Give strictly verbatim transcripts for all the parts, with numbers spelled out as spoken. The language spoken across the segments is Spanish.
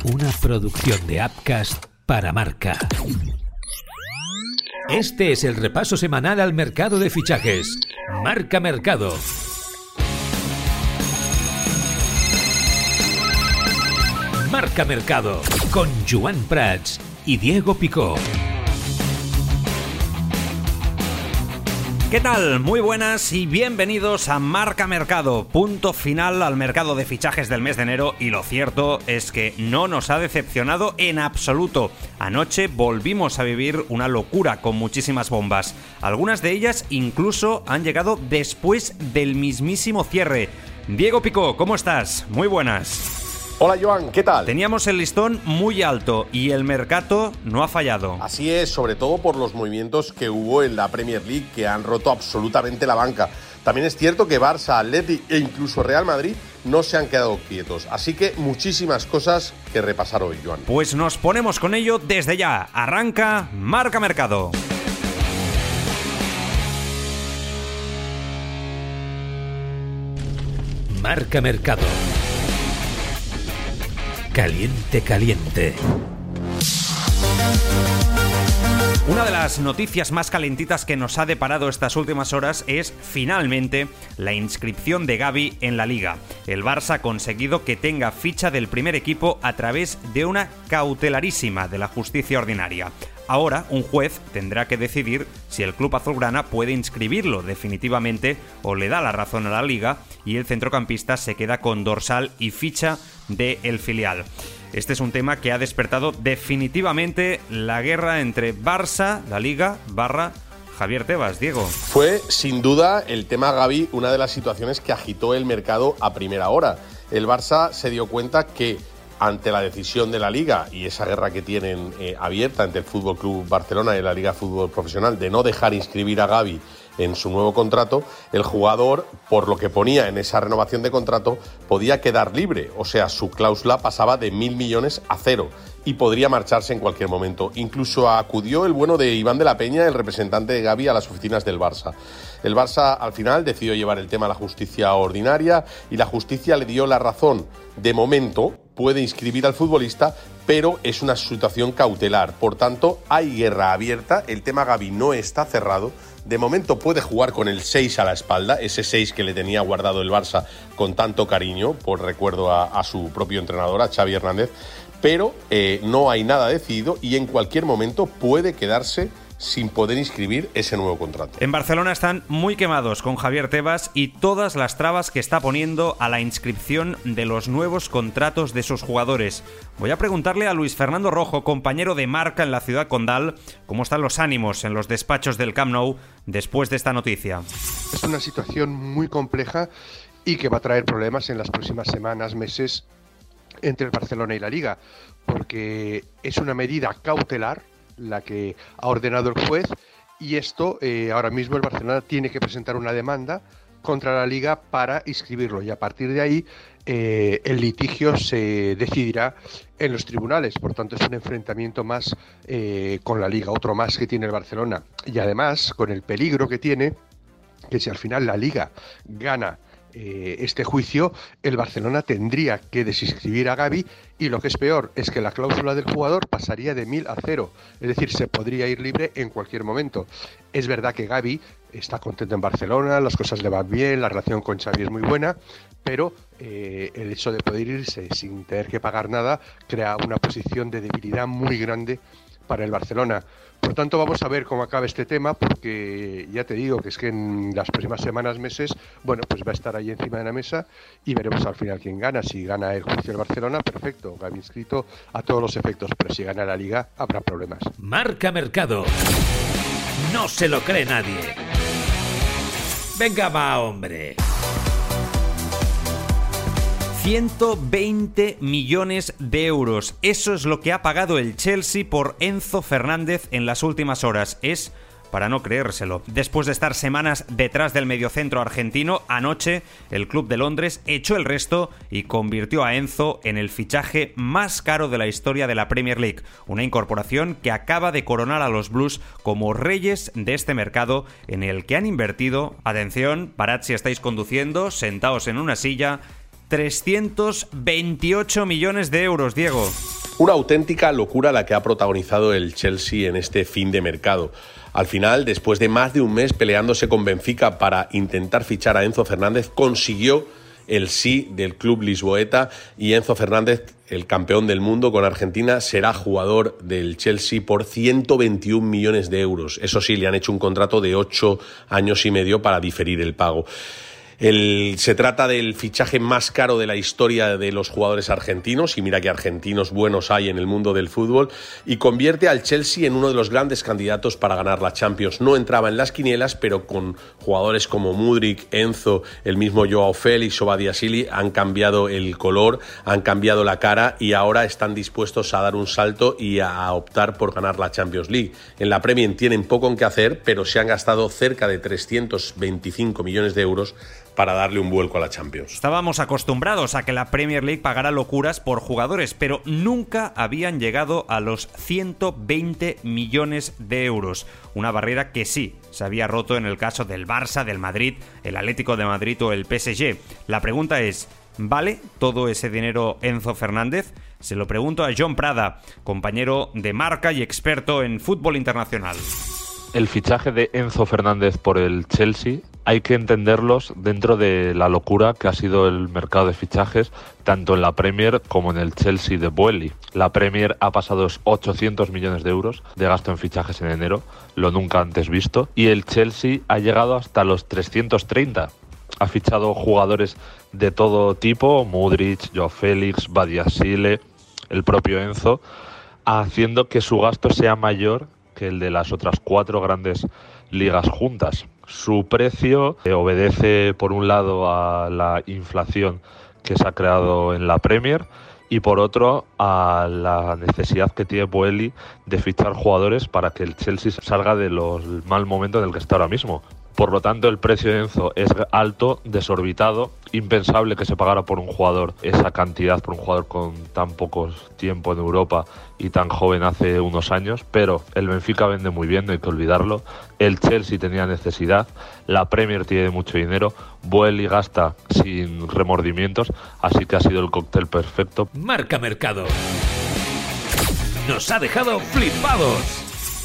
Una producción de Upcast para Marca. Este es el repaso semanal al mercado de fichajes. Marca Mercado. Marca Mercado con Joan Prats y Diego Picó. ¿Qué tal? Muy buenas y bienvenidos a Marca Mercado, punto final al mercado de fichajes del mes de enero, y lo cierto es que no nos ha decepcionado en absoluto. Anoche volvimos a vivir una locura con muchísimas bombas. Algunas de ellas incluso han llegado después del mismísimo cierre. Diego Picó, ¿cómo estás? Muy buenas. Hola Joan, ¿qué tal? Teníamos el listón muy alto y el mercado no ha fallado. Así es, sobre todo por los movimientos que hubo en la Premier League, que han roto absolutamente la banca. También es cierto que Barça, Atleti e incluso Real Madrid no se han quedado quietos. Así que muchísimas cosas que repasar hoy, Joan. Pues nos ponemos con ello desde ya. Arranca Marca Mercado. Marca Mercado. Caliente, caliente. Una de las noticias más calentitas que nos ha deparado estas últimas horas es, finalmente, la inscripción de Gavi en la Liga. El Barça ha conseguido que tenga ficha del primer equipo a través de una cautelarísima de la justicia ordinaria. Ahora, un juez tendrá que decidir si el club azulgrana puede inscribirlo definitivamente o le da la razón a la Liga, y el centrocampista se queda con dorsal y ficha del filial. Este es un tema que ha despertado definitivamente la guerra entre Barça, la Liga, barra Javier Tebas. Diego. Fue, sin duda, el tema Gavi una de las situaciones que agitó el mercado a primera hora. El Barça se dio cuenta que, ante la decisión de la Liga y esa guerra que tienen eh, abierta entre el F C Barcelona y la Liga de Fútbol Profesional de no dejar inscribir a Gavi en su nuevo contrato, el jugador, por lo que ponía en esa renovación de contrato, podía quedar libre. O sea, su cláusula pasaba de mil millones a cero y podría marcharse en cualquier momento. Incluso acudió el bueno de Iván de la Peña, el representante de Gavi, a las oficinas del Barça. El Barça, al final, decidió llevar el tema a la justicia ordinaria y la justicia le dio la razón. De momento, puede inscribir al futbolista, pero es una situación cautelar. Por tanto, hay guerra abierta. El tema Gavi no está cerrado. De momento puede jugar con el seis a la espalda, ese seis que le tenía guardado el Barça con tanto cariño, por recuerdo a, a su propio entrenador, a Xavi Hernández, pero eh, no hay nada decidido y en cualquier momento puede quedarse sin poder inscribir ese nuevo contrato. En Barcelona están muy quemados con Javier Tebas y todas las trabas que está poniendo a la inscripción de los nuevos contratos de sus jugadores. Voy a preguntarle a Luis Fernando Rojo, compañero de Marca en la ciudad condal, cómo están los ánimos en los despachos del Camp Nou después de esta noticia. Es una situación muy compleja y que va a traer problemas en las próximas semanas, meses, entre el Barcelona y la Liga, porque es una medida cautelar la que ha ordenado el juez, y esto eh, ahora mismo el Barcelona tiene que presentar una demanda contra la Liga para inscribirlo, y a partir de ahí eh, el litigio se decidirá en los tribunales. Por tanto, es un enfrentamiento más eh, con la Liga, otro más que tiene el Barcelona, y además con el peligro que tiene que si al final la Liga gana Eh, este juicio, el Barcelona tendría que desinscribir a Gavi, y lo que es peor es que la cláusula del jugador pasaría de mil a cero, es decir, se podría ir libre en cualquier momento. Es verdad que Gavi está contento en Barcelona, las cosas le van bien, la relación con Xavi es muy buena, pero eh, el hecho de poder irse sin tener que pagar nada crea una posición de debilidad muy grande para el Barcelona. Por tanto, vamos a ver cómo acaba este tema, porque ya te digo que es que en las próximas semanas, meses, bueno, pues va a estar ahí encima de la mesa y veremos al final quién gana. Si gana el juicio del Barcelona, perfecto, Gavi inscrito a todos los efectos, pero si gana la Liga, habrá problemas. Marca Mercado. No se lo cree nadie. Venga, va, hombre. ciento veinte millones de euros. Eso es lo que ha pagado el Chelsea por Enzo Fernández en las últimas horas. Es para no creérselo. Después de estar semanas detrás del mediocentro argentino, anoche el club de Londres echó el resto y convirtió a Enzo en el fichaje más caro de la historia de la Premier League. Una incorporación que acaba de coronar a los Blues como reyes de este mercado, en el que han invertido, atención, parad si estáis conduciendo, sentaos en una silla, trescientos veintiocho millones de euros, Diego. Una auténtica locura la que ha protagonizado el Chelsea en este fin de mercado. Al final, después de más de un mes peleándose con Benfica para intentar fichar a Enzo Fernández, consiguió el sí del club lisboeta y Enzo Fernández, el campeón del mundo con Argentina, será jugador del Chelsea por ciento veintiún millones de euros. Eso sí, le han hecho un contrato de ocho años y medio para diferir el pago. El, se trata del fichaje más caro de la historia de los jugadores argentinos, y mira que argentinos buenos hay en el mundo del fútbol, y convierte al Chelsea en uno de los grandes candidatos para ganar la Champions. No entraba en las quinielas, pero con jugadores como Mudryk, Enzo, el mismo Joao Félix o Badiashile han cambiado el color, han cambiado la cara y ahora están dispuestos a dar un salto y a optar por ganar la Champions League. En la Premier tienen poco en qué hacer, pero se han gastado cerca de trescientos veinticinco millones de euros para darle un vuelco a la Champions. Estábamos acostumbrados a que la Premier League pagara locuras por jugadores, pero nunca habían llegado a los ciento veinte millones de euros. Una barrera que sí se había roto en el caso del Barça, del Madrid, el Atlético de Madrid o el P S G. La pregunta es, ¿vale todo ese dinero Enzo Fernández? Se lo pregunto a John Prada, compañero de Marca y experto en fútbol internacional. El fichaje de Enzo Fernández por el Chelsea hay que entenderlos dentro de la locura que ha sido el mercado de fichajes tanto en la Premier como en el Chelsea de Boehly. La Premier ha pasado ochocientos millones de euros de gasto en fichajes en enero, lo nunca antes visto, y el Chelsea ha llegado hasta los trescientos treinta. Ha fichado jugadores de todo tipo, Mudryk, Joao Félix, Badiashile, el propio Enzo, haciendo que su gasto sea mayor que el de las otras cuatro grandes ligas juntas. Su precio eh, obedece por un lado a la inflación que se ha creado en la Premier y por otro a la necesidad que tiene Boehly de fichar jugadores para que el Chelsea salga del mal momento en el que está ahora mismo. Por lo tanto, el precio de Enzo es alto, desorbitado, impensable que se pagara por un jugador esa cantidad, por un jugador con tan poco tiempo en Europa y tan joven hace unos años, pero el Benfica vende muy bien, no hay que olvidarlo, el Chelsea tenía necesidad, la Premier tiene mucho dinero, Boehly gasta sin remordimientos, así que ha sido el cóctel perfecto. Marca Mercado. Nos ha dejado flipados.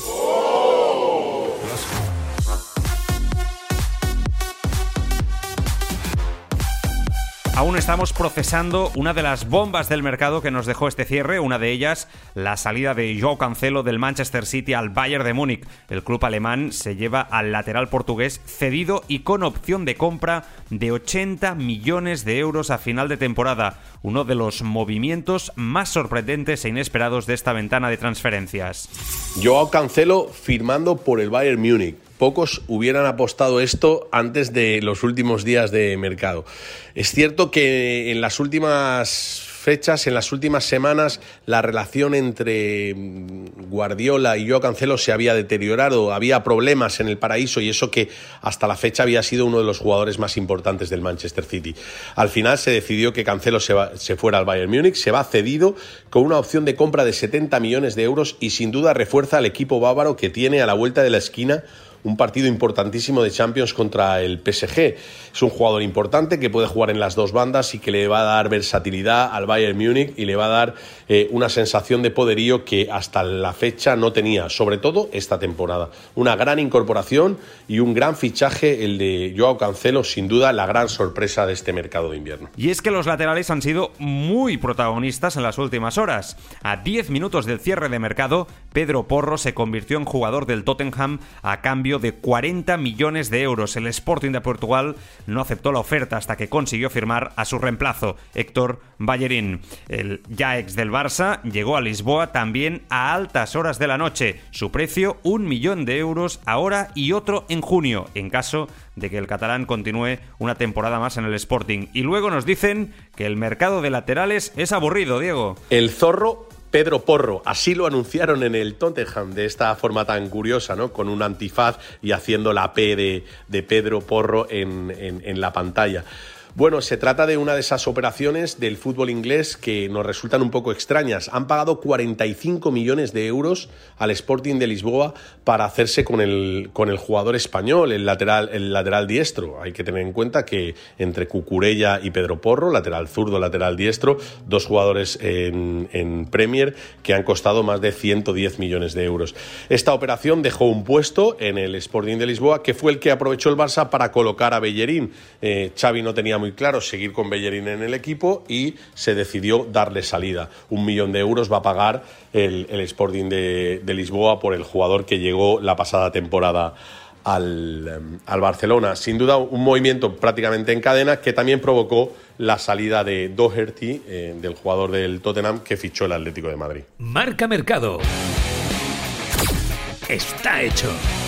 Aún estamos procesando una de las bombas del mercado que nos dejó este cierre, una de ellas la salida de Joao Cancelo del Manchester City al Bayern de Múnich. El club alemán se lleva al lateral portugués cedido y con opción de compra de ochenta millones de euros a final de temporada, uno de los movimientos más sorprendentes e inesperados de esta ventana de transferencias. Joao Cancelo firmando por el Bayern Múnich. Pocos hubieran apostado esto antes de los últimos días de mercado. Es cierto que en las últimas fechas, en las últimas semanas, la relación entre Guardiola y Joao Cancelo se había deteriorado, había problemas en el paraíso y eso que hasta la fecha había sido uno de los jugadores más importantes del Manchester City. Al final se decidió que Cancelo se, va, se fuera al Bayern Múnich, se va cedido con una opción de compra de setenta millones de euros y sin duda refuerza al equipo bávaro que tiene a la vuelta de la esquina un partido importantísimo de Champions contra el P S G. Es un jugador importante que puede jugar en las dos bandas y que le va a dar versatilidad al Bayern Múnich y le va a dar eh, una sensación de poderío que hasta la fecha no tenía, sobre todo esta temporada. Una gran incorporación y un gran fichaje el de Joao Cancelo, sin duda la gran sorpresa de este mercado de invierno. Y es que los laterales han sido muy protagonistas en las últimas horas. A diez minutos del cierre de mercado, Pedro Porro se convirtió en jugador del Tottenham a cambio de cuarenta millones de euros. El Sporting de Portugal no aceptó la oferta hasta que consiguió firmar a su reemplazo, Héctor Bellerín. El ya ex del Barça llegó a Lisboa también a altas horas de la noche. Su precio, un millón de euros ahora y otro en junio, en caso de que el catalán continúe una temporada más en el Sporting. Y luego nos dicen que el mercado de laterales es aburrido, Diego. El zorro Pedro Porro, así lo anunciaron en el Tottenham de esta forma tan curiosa, ¿no? Con un antifaz y haciendo la P de, de Pedro Porro en, en, en la pantalla. Bueno, se trata de una de esas operaciones del fútbol inglés que nos resultan un poco extrañas. Han pagado cuarenta y cinco millones de euros al Sporting de Lisboa para hacerse con el, con el jugador español, el lateral, el lateral diestro. Hay que tener en cuenta que entre Cucurella y Pedro Porro, lateral zurdo, lateral diestro, dos jugadores en, en Premier que han costado más de ciento diez millones de euros. Esta operación dejó un puesto en el Sporting de Lisboa, que fue el que aprovechó el Barça para colocar a Bellerín. Eh, Xavi no tenía muy claro seguir con Bellerín en el equipo y se decidió darle salida. Un millón de euros va a pagar el, el Sporting de, de Lisboa por el jugador que llegó la pasada temporada al, al Barcelona. Sin duda un movimiento prácticamente en cadena que también provocó la salida de Doherty, eh, del jugador del Tottenham que fichó el Atlético de Madrid. Marca Mercado. Está hecho.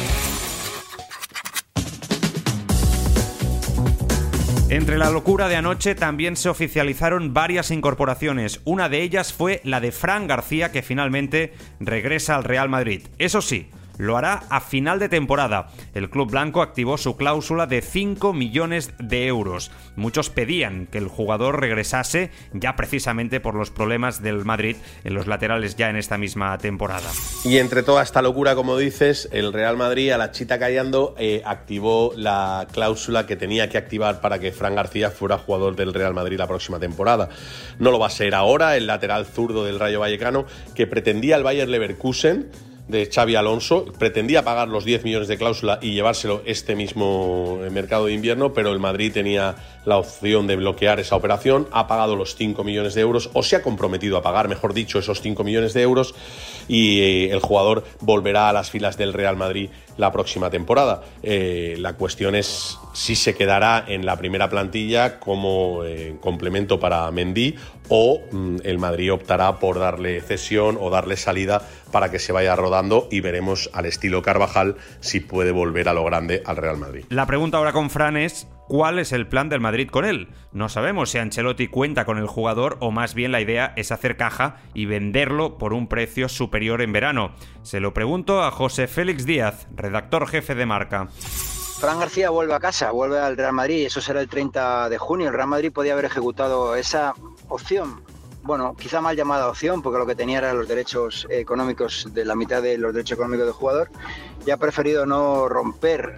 Entre la locura de anoche también se oficializaron varias incorporaciones. Una de ellas fue la de Fran García, que finalmente regresa al Real Madrid. Eso sí, lo hará a final de temporada. El club blanco activó su cláusula de cinco millones de euros. Muchos pedían que el jugador regresase ya precisamente por los problemas del Madrid en los laterales ya en esta misma temporada. Y entre toda esta locura, como dices, el Real Madrid, a la chita callando, eh, activó la cláusula que tenía que activar para que Fran García fuera jugador del Real Madrid la próxima temporada. No lo va a ser ahora. El lateral zurdo del Rayo Vallecano, que pretendía el Bayer Leverkusen de Xavi Alonso, pretendía pagar los diez millones de cláusula y llevárselo este mismo mercado de invierno, pero el Madrid tenía la opción de bloquear esa operación, ha pagado los cinco millones de euros, o se ha comprometido a pagar, mejor dicho, esos cinco millones de euros, y eh, el jugador volverá a las filas del Real Madrid la próxima temporada. Eh, la cuestión es si se quedará en la primera plantilla como eh, complemento para Mendy, o mm, el Madrid optará por darle cesión o darle salida para que se vaya rodando, y veremos al estilo Carvajal si puede volver a lo grande al Real Madrid. La pregunta ahora con Fran es: ¿cuál es el plan del Madrid con él? No sabemos si Ancelotti cuenta con el jugador, o más bien la idea es hacer caja y venderlo por un precio superior en verano. Se lo pregunto a José Félix Díaz, redactor jefe de Marca. Fran García vuelve a casa, vuelve al Real Madrid, eso será el treinta de junio. El Real Madrid podía haber ejecutado esa opción, bueno, quizá mal llamada opción, porque lo que tenía eran los derechos económicos, de la mitad de los derechos económicos del jugador, y ha preferido no romper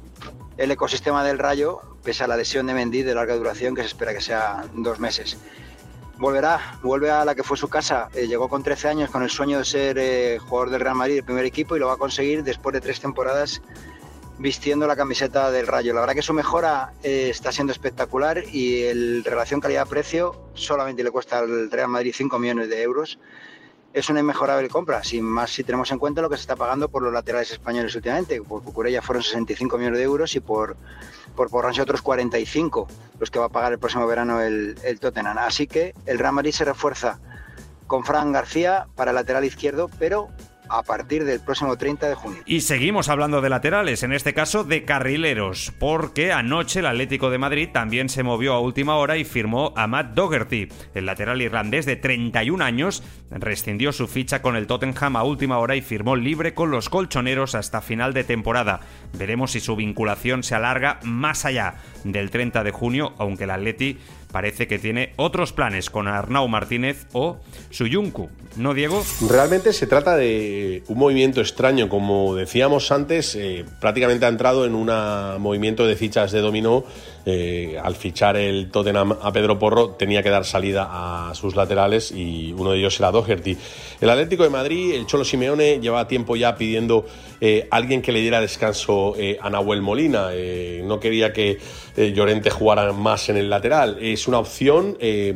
el ecosistema del Rayo, pese a la lesión de Mendy de larga duración, que se espera que sea dos meses. Volverá, vuelve a la que fue su casa, eh, llegó con trece años con el sueño de ser eh, jugador del Real Madrid, el primer equipo, y lo va a conseguir después de tres temporadas vistiendo la camiseta del Rayo. La verdad que su mejora eh, está siendo espectacular, y el relación calidad-precio solamente le cuesta al Real Madrid cinco millones de euros. Es una inmejorable compra, sin más si tenemos en cuenta lo que se está pagando por los laterales españoles últimamente. Por Cucurella fueron sesenta y cinco millones de euros, y por, por Porranche otros cuarenta y cinco, los que va a pagar el próximo verano el, el Tottenham. Así que el Real Madrid se refuerza con Fran García para el lateral izquierdo, pero a partir del próximo treinta de junio. Y seguimos hablando de laterales, en este caso de carrileros, porque anoche el Atlético de Madrid también se movió a última hora y firmó a Matt Doherty. El lateral irlandés de treinta y un años rescindió su ficha con el Tottenham a última hora y firmó libre con los colchoneros hasta final de temporada. Veremos si su vinculación se alarga más allá del treinta de junio, aunque el Atleti parece que tiene otros planes con Arnau Martínez o Suyuncu. ¿No, Diego? Realmente se trata de un movimiento extraño. Como decíamos antes, eh, prácticamente ha entrado en un movimiento de fichas de dominó. Eh, al fichar el Tottenham a Pedro Porro, tenía que dar salida a sus laterales, y uno de ellos era Doherty. El Atlético de Madrid, el Cholo Simeone, lleva tiempo ya pidiendo eh, alguien que le diera descanso eh, a Nahuel Molina. Eh, no quería que eh, Llorente jugara más en el lateral. Es una opción, eh,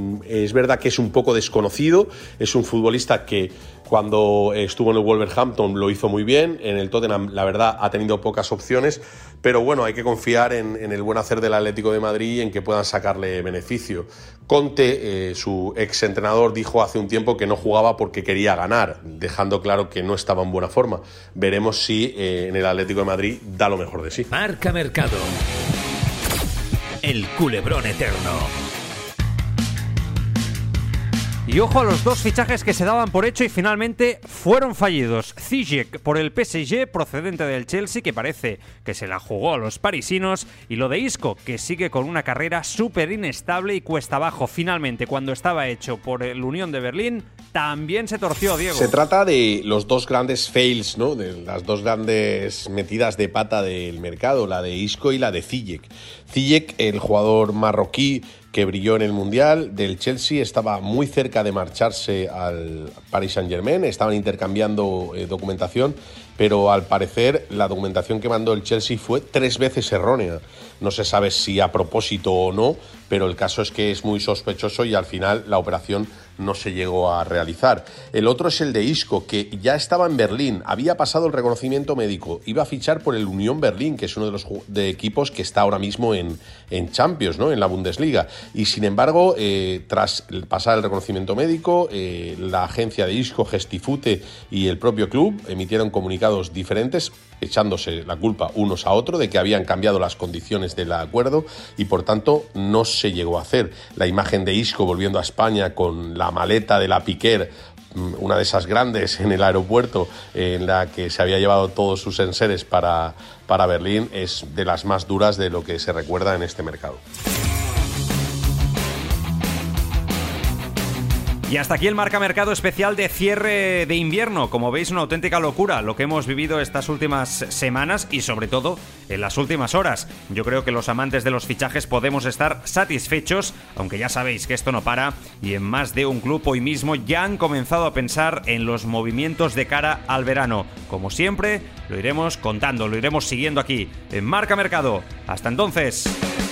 es verdad que es un poco desconocido, es un futbolista que cuando estuvo en el Wolverhampton lo hizo muy bien, en el Tottenham la verdad ha tenido pocas opciones, pero bueno, hay que confiar en, en el buen hacer del Atlético de Madrid y en que puedan sacarle beneficio. Conte, eh, su ex entrenador, dijo hace un tiempo que no jugaba porque quería ganar, dejando claro que no estaba en buena forma. Veremos si eh, en el Atlético de Madrid da lo mejor de sí. Marca Mercado. El culebrón eterno. Y ojo a los dos fichajes que se daban por hecho y finalmente fueron fallidos. Ziyech por el P S G, procedente del Chelsea, que parece que se la jugó a los parisinos, y lo de Isco, que sigue con una carrera súper inestable y cuesta abajo. Finalmente, cuando estaba hecho por el Unión de Berlín, también se torció, Diego. Se trata de los dos grandes fails, ¿no? De las dos grandes metidas de pata del mercado, la de Isco y la de Ziyech. Ziyech, el jugador marroquí que brilló en el Mundial del Chelsea, estaba muy cerca de marcharse al Paris Saint-Germain, estaban intercambiando eh, documentación, pero al parecer la documentación que mandó el Chelsea fue tres veces errónea. No se sabe si a propósito o no, pero el caso es que es muy sospechoso y al final la operación no se llegó a realizar. El otro es el de Isco, que ya estaba en Berlín, había pasado el reconocimiento médico, iba a fichar por el Unión Berlín, que es uno de los de equipos que está ahora mismo en, en Champions, ¿no? En la Bundesliga. Y sin embargo, eh, tras pasar el reconocimiento médico, eh, la agencia de Isco, Gestifute y el propio club emitieron comunicados diferentes, echándose la culpa unos a otros de que habían cambiado las condiciones del acuerdo y por tanto no se llegó a hacer. La imagen de Isco volviendo a España con la maleta de la Piquer, una de esas grandes en el aeropuerto, en la que se había llevado todos sus enseres para, para Berlín, es de las más duras de lo que se recuerda en este mercado. Y hasta aquí el Marca Mercado especial de cierre de invierno. Como veis, una auténtica locura lo que hemos vivido estas últimas semanas y sobre todo en las últimas horas. Yo creo que los amantes de los fichajes podemos estar satisfechos, aunque ya sabéis que esto no para y en más de un club hoy mismo ya han comenzado a pensar en los movimientos de cara al verano. Como siempre, lo iremos contando, lo iremos siguiendo aquí en Marca Mercado. Hasta entonces.